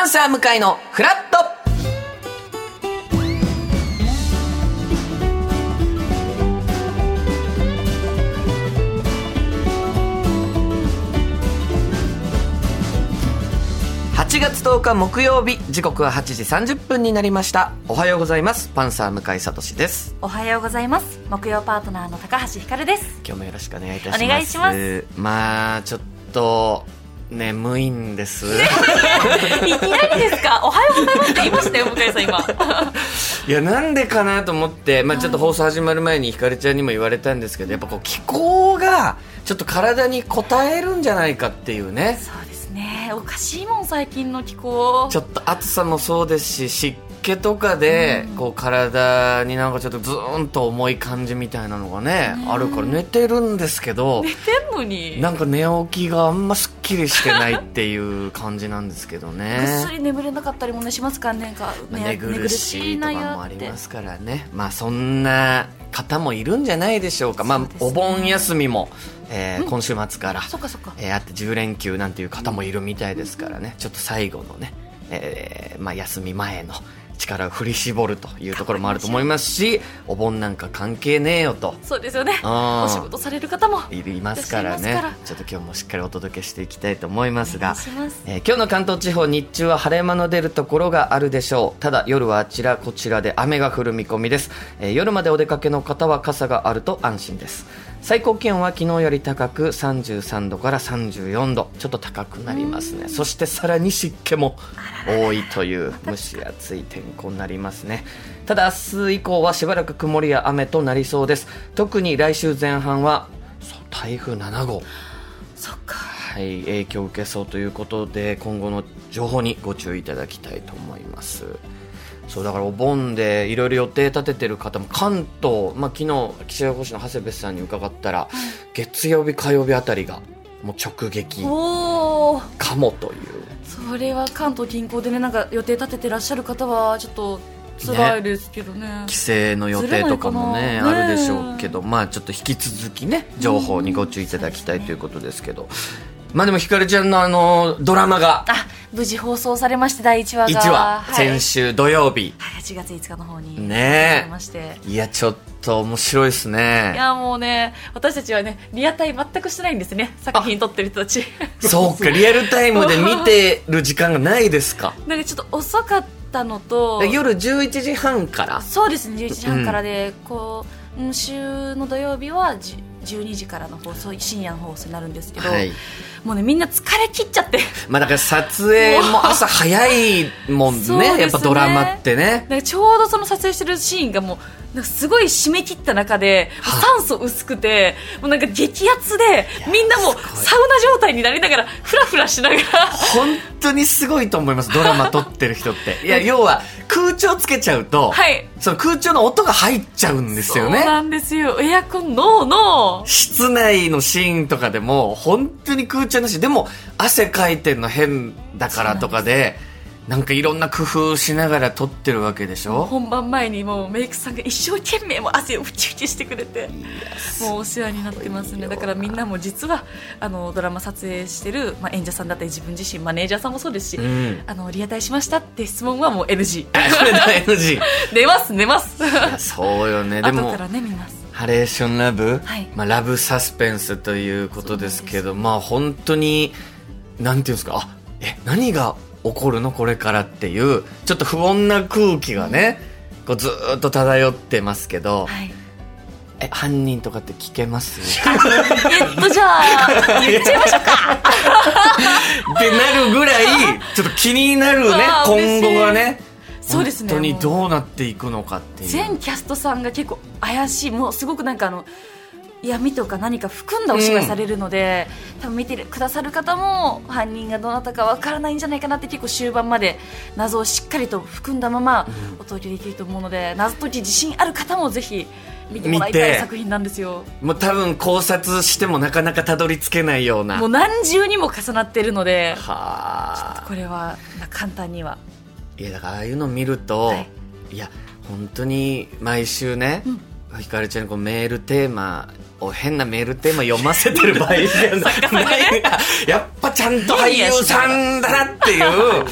ンサー向井のフラット。8月10日木曜日、時刻は8時30分になりました。おはようございます。パンサー向井聡です。 おはようございます。木曜パートナーの高橋ひかるです。 今日もよろしくお願いいたします。 お願いします。 まあちょっと眠いんです。 いきなりですか？おはようございますって言いましたよ、向井さん今。 いや、なんでかなと思って、ちょっと放送始まる前にひかるちゃんにも言われたんですけど、やっぱこう気候がちょっと体に応えるんじゃないかっていうね。 そうですね、おかしいもん最近の気候。 ちょっと暑さもそうですし、湿気とかでこう体になんかちょっとズーンと重い感じみたいなのがね、あるから寝てるんですけど、 寝てんのになんか寝起きがあんますっきりしてないっていう感じなんですけどね。 ぐっすり眠れなかったりもねしますからね。 寝苦しいとかもありますからね。そんな方もいるんじゃないでしょうか。お盆休みも、今週末から、あって10連休なんていう方もいるみたいですからね、ちょっと最後のね、休み前の力を振り絞るというところもあると思いますし、お盆なんか関係ねえよと。 そうですよね。お仕事される方もいますからね。ちょっと今日もしっかりお届けしていきたいと思いますが、今日の関東地方、日中は晴れ間の出るところがあるでしょう。ただ夜はあちらこちらで雨が降る見込みです。夜までお出かけの方は傘があると安心です。最高気温は昨日より高く33度から34度、ちょっと高くなりますね。そしてさらに湿気も多いという蒸し暑い天候になりますね。ただ明日以降はしばらく曇りや雨となりそうです。特に来週前半は台風7号、影響を受けそうということで、今後の情報にご注意いただきたいと思います。そうだからお盆でいろいろ予定立ててる方も関東、昨日気象予報士の長谷部さんに伺ったら、月曜日火曜日あたりがもう直撃かもという。 それは関東近郊でね、なんか予定立ててらっしゃる方はちょっと辛いですけどね。 帰省の予定とかもねあるでしょうけど、ちょっと引き続きね情報にご注意いただきたいということですけど、でもひかるちゃんのドラマが無事放送されまして、第1話が 1話、先週土曜日、 8月5日の方にねされまして、 いやちょっと面白いですね。 いやもうね、私たちはねリアタイ全くしてないんですね、作品撮ってる人たち。 そうか、リアルタイムで見てる時間がないですか。 なんかちょっと遅かったのと、 夜11時半から。 そうですね、11時半からで、今週の土曜日は12時からの放送、深夜の放送になるんですけど、もうねみんな疲れ切っちゃって、 だから撮影も朝早いもん ねやっぱドラマってね。 ちょうどその撮影してるシーンがもうなんかすごい締め切った中で、酸素薄くてもうなんか激アツで、みんなもうサウナ状態になりながらフラフラしながら、 本当にすごいと思います、ドラマ撮ってる人って。いや要は空調つけちゃうと、その空調の音が入っちゃうんですよね。 そうなんですよ、エアコンの室内のシーンとかでも本当に空調なしでも汗かいてんの変だからとかで、なんかいろんな工夫しながら撮ってるわけでしょ。 本番前にもうメイクさんが一生懸命もう汗をふちふちしてくれて、もうお世話になってますね。だからみんなも実はドラマ撮影してる、演者さんだったり自分自身マネージャーさんもそうですし、リアタイしましたって質問はもう NG。 これだ NG 寝ます。 いやそうよね。でも後からね見ます。 ハレーションラブ、ラブサスペンスということですけど、本当になんていうんですか、何が起こるのこれからっていうちょっと不穏な空気がね、ずーっと漂ってますけど、犯人とかって聞けます？ じゃあ言っちゃいましょうかってなるぐらいちょっと気になるね今後がね。 そうですね、 本当にどうなっていくのかっていう。 全キャストさんが結構怪しい、もうすごくなんか闇とか何か含んだお芝居されるので、多分見てくださる方も犯人がどなたかわからないんじゃないかなって、結構終盤まで謎をしっかりと含んだままお届けできると思うので、謎解き自信ある方もぜひ見てもらいたい作品なんですよ。 もう多分考察してもなかなかたどり着けないような、 もう何重にも重なってるので、ちょっとこれは簡単には。 いやだからああいうの見ると、いや本当に毎週ね、ひかるちゃんにメールテーマを変なメールテーマ読ませてる場合じゃない、やっぱちゃんと俳優さんだなっていう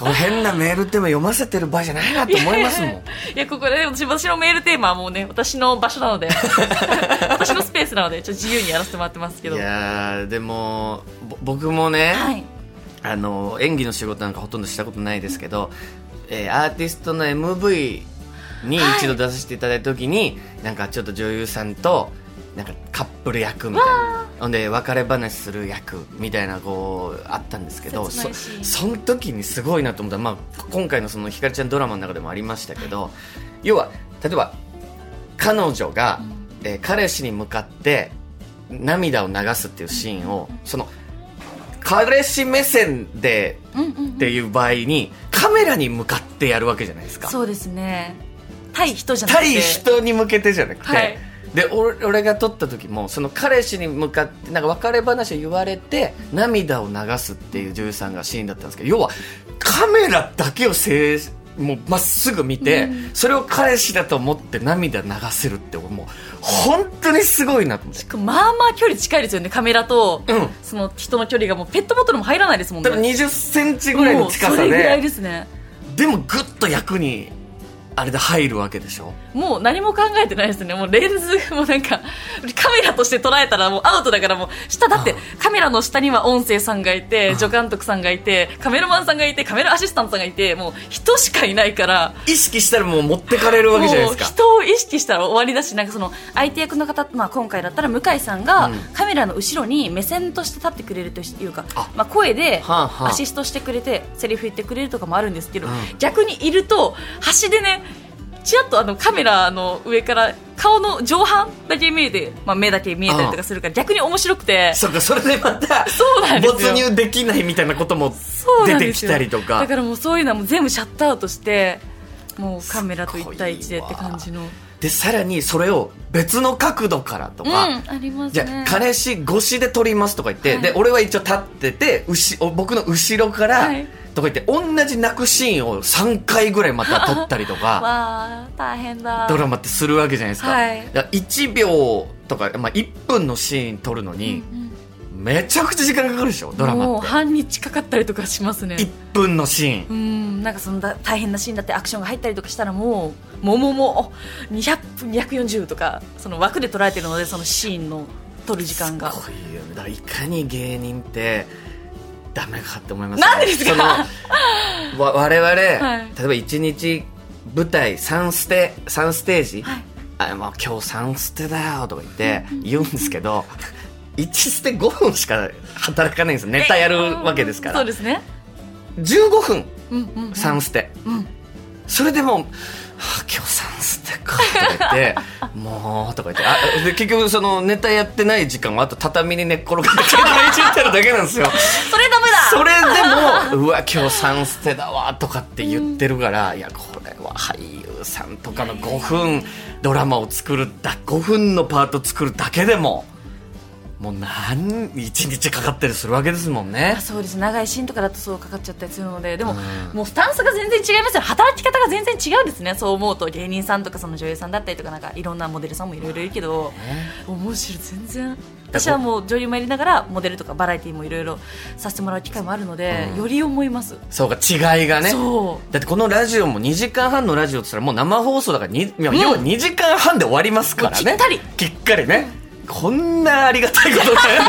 この変なメールテーマ読ませてる場合じゃないなと思いますもん。 いやここで私のメールテーマはもうね私の場所なので私のスペースなのでちょっと自由にやらせてもらってますけど。 いやでも僕もね、 はい、 演技の仕事なんかほとんどしたことないですけど、アーティストの MV に一度出させていただいた時に、なんかちょっと女優さんとなんかカップル役みたいな、ほんで別れ話する役みたいなこうあったんですけど、その時にすごいなと思ったら、今回のそのひかりちゃんドラマの中でもありましたけど、要は例えば彼女が、彼氏に向かって涙を流すっていうシーンを、その彼氏目線でっていう場合にカメラに向かってやるわけじゃないですか。 そうですね、対人じゃなくて、 対人に向けてじゃなくて、 はい、 で俺が撮った時もその彼氏に向かってなんか別れ話を言われて涙を流すっていう女優さんがシーンだったんですけど、要はカメラだけをもうまっすぐ見て、それを彼氏だと思って涙流せるってもう本当にすごいなと思って。 まあまあ距離近いですよね、カメラと、その人の距離がもうペットボトルも入らないですもんね。 多分20センチぐらいの近さで、 それぐらいですね。 でもグッと役にあれで入るわけでしょ。 もう何も考えてないですね。もうレンズもなんかカメラとして捉えたらもうアウトだから、もう下だってカメラの下には音声さんがいて、助監督さんがいて、カメラマンさんがいて、カメラアシスタントさんがいて、もう人しかいないから、 意識したらもう持ってかれるわけじゃないですか。 もう人を意識したら終わりだし、なんかその相手役の方、今回だったら向井さんがカメラの後ろに目線として立ってくれるというか、声でアシストしてくれてセリフ言ってくれるとかもあるんですけど、逆にいると端でねちらっとカメラの上から顔の上半だけ見えて、目だけ見えたりとかするから逆に面白くて、 そうか、それでまた没入できないみたいなことも出てきたりとか、 だからもうそういうのはもう全部シャットアウトして、もうカメラと1対1でって感じので、さらにそれを別の角度からとか、 ありますね。 じゃあ彼氏越しで撮りますとか言って、で俺は一応立ってて僕の後ろから、とか言って同じ泣くシーンを3回ぐらいまた撮ったりとかわー大変だ、 ドラマってするわけじゃないですか、だから1秒とか、1分のシーン撮るのに、めちゃくちゃ時間かかるでしょ、ドラマって。 もう半日かかったりとかしますね。 1分のシーン、 なんかその大変なシーンだってアクションが入ったりとかしたらもう200分240とかその枠で捉えてるので、そのシーンの撮る時間がすごいよね。だからいかに芸人ってダメかって思いますね。 なんでですか。 我々、例えば1日舞台3ステージ、今日3ステだよとか言うんですけど、1ステ5分しか働かないんですよ。ネタやるわけですから。 そうですね。 15分、3ステ、それでも今日3ステかとか言ってもうとか言ってで結局そのネタやってない時間はあと畳に寝っ転がって携帯いじってるだけなんですよ。 それダメだ。 それでもうわ今日3ステだわとかって言ってるから、いやこれは俳優さんとかの5分ドラマを作る5分のパート作るだけでももう1日かかったりするわけですもんね。 そうです。長いシーンとかだとそうかかっちゃったりするので、でも、もうスタンスが全然違いますよ。働き方が全然違うんですね。そう思うと芸人さんとかその女優さんだったりとか、なんかいろんなモデルさんもいろいろいるけど、面白い。全然私はもう女優もやりながらモデルとかバラエティーもいろいろさせてもらう機会もあるので、より思います。 そうか、違いがね。だってこのラジオも2時間半のラジオって言ったらもう生放送だから要は2時間半で終わりますからね。きっかりね。こんなありがたいことない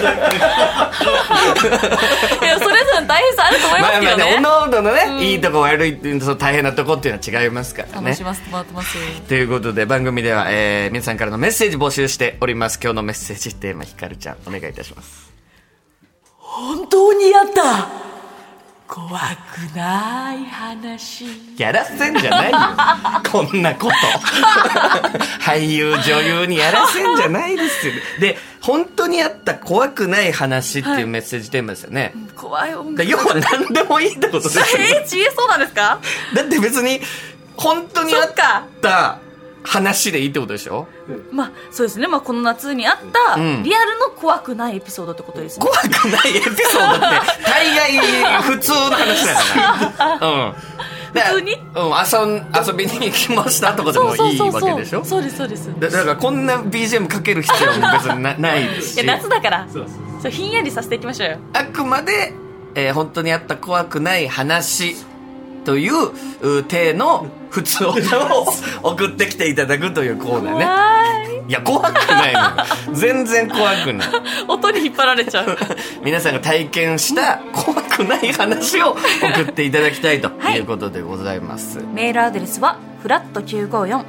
やそれぞれの大変さあると思いますけどね。 おのおののね、いいとこ悪いっていうの大変なとこっていうのは違いますからね。 楽しませてもらってます。 ということで番組では、皆さんからのメッセージ募集しております。今日のメッセージテーマ、ひかるちゃんお願いいたします。 本当にやった怖くない話やらせんじゃないよこんなこと俳優女優にやらせんじゃないですよ。で本当にあった怖くない話っていうメッセージテーマですよね、 怖い音楽。 要は何でもいいってことですよね。 知恵そうなんですか。 だって別に本当にあった話でいいってことでしょ。 そうですね。この夏にあったリアルの怖くないエピソードってことですね。 怖くないエピソードって大概普通の話だから普通に遊びに行きましたとかでもいいわけでしょ。 そうですそうです。 だからこんな BGM かける必要も別にないですし。 いや夏だからそうひんやりさせていきましょうよ。 あくまで本当にあった怖くない話という体の普通歌を送ってきていただくというコーナーね。いや怖くないのよ、全然怖くない音に引っ張られちゃう皆さんが体験した怖くない話を送っていただきたいということでございます、 メールアドレスはフラット954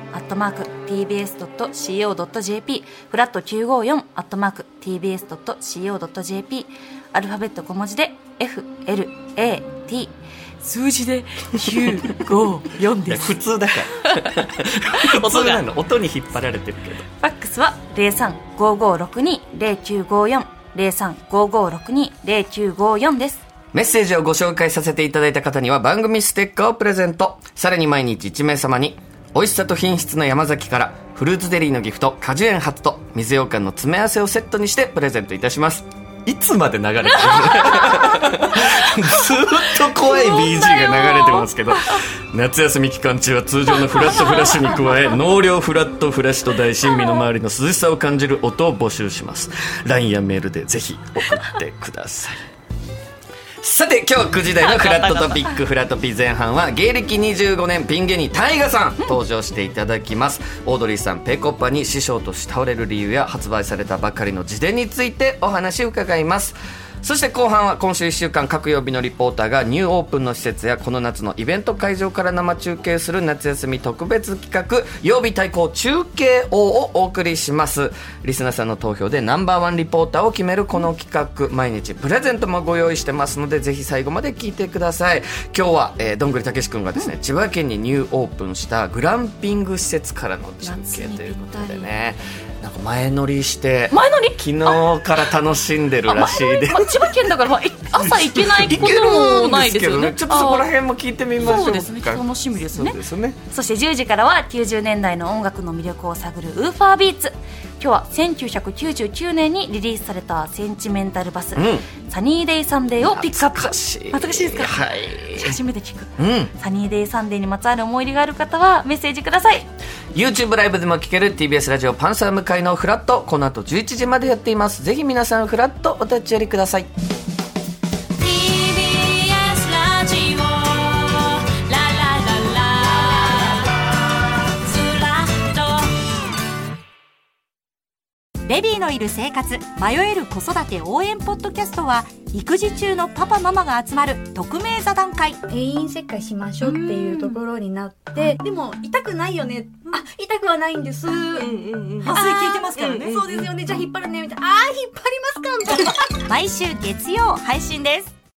@tbs.co.jp フラット954 @tbs.co.jp アルファベット小文字で FLAT 数字で954です。 普通だから普通なの、音に引っ張られてるけど。 ファックスは 0355620954 0355620954です。 メッセージをご紹介させていただいた方には番組ステッカーをプレゼント。さらに毎日1名様に美味しさと品質の山崎からフルーツゼリーのギフト果樹園初と水羊羹の詰め合わせをセットにしてプレゼントいたします。いつまで流れてるずっと怖い BG が流れてますけど、夏休み期間中は通常のフラットフラッシュに加え納涼フラットフラッシュと題し身の回りの涼しさを感じる音を募集します。 LINE やメールでぜひ送ってくださいさて今日9時台のフラットトピックフラトピ前半は芸歴25年ピン芸人タイガさん登場していただきます。オードリーさんペコッパに師匠と慕われる理由や発売されたばかりの自伝についてお話を伺います。そして後半は今週1週間各曜日のリポーターがニューオープンの施設やこの夏のイベント会場から生中継する夏休み特別企画曜日対抗中継王をお送りします。リスナーさんの投票でナンバーワンリポーターを決めるこの企画、毎日プレゼントもご用意してますのでぜひ最後まで聞いてください。今日は、どんぐりたけし君がですね、千葉県にニューオープンしたグランピング施設からの中継ということでね、なんか前乗りして昨日から楽しんでるらしいで、 千葉県だから、朝行けないこともないですよね。 ちょっとそこら辺も聞いてみましょうか。 そうですね、楽しみですね。 そうですね。 そして10時からは90年代の音楽の魅力を探るウーファービーツ。今日は1999年にリリースされたセンチメンタルバス、サニーデイサンデーをピックアップ。懐かしいですか？はい、初めて聞く、サニーデイサンデーにまつわる思い出がある方はメッセージください。 YouTube ライブでも聴ける TBS ラジオパンサー向かいのフラット、この後11時までやっています。ぜひ皆さんフラットお立ち寄りください。 ベビーのいる生活、迷える子育て応援ポッドキャストは育児中のパパママが集まる匿名座談会。 定員切開しましょうっていうところになって、でも痛くないよね、痛くはないんです、麻酔効いてますからね、そうですよね、じゃあ引っ張るねみたいな、引っ張りますかみたいな毎週月曜配信です。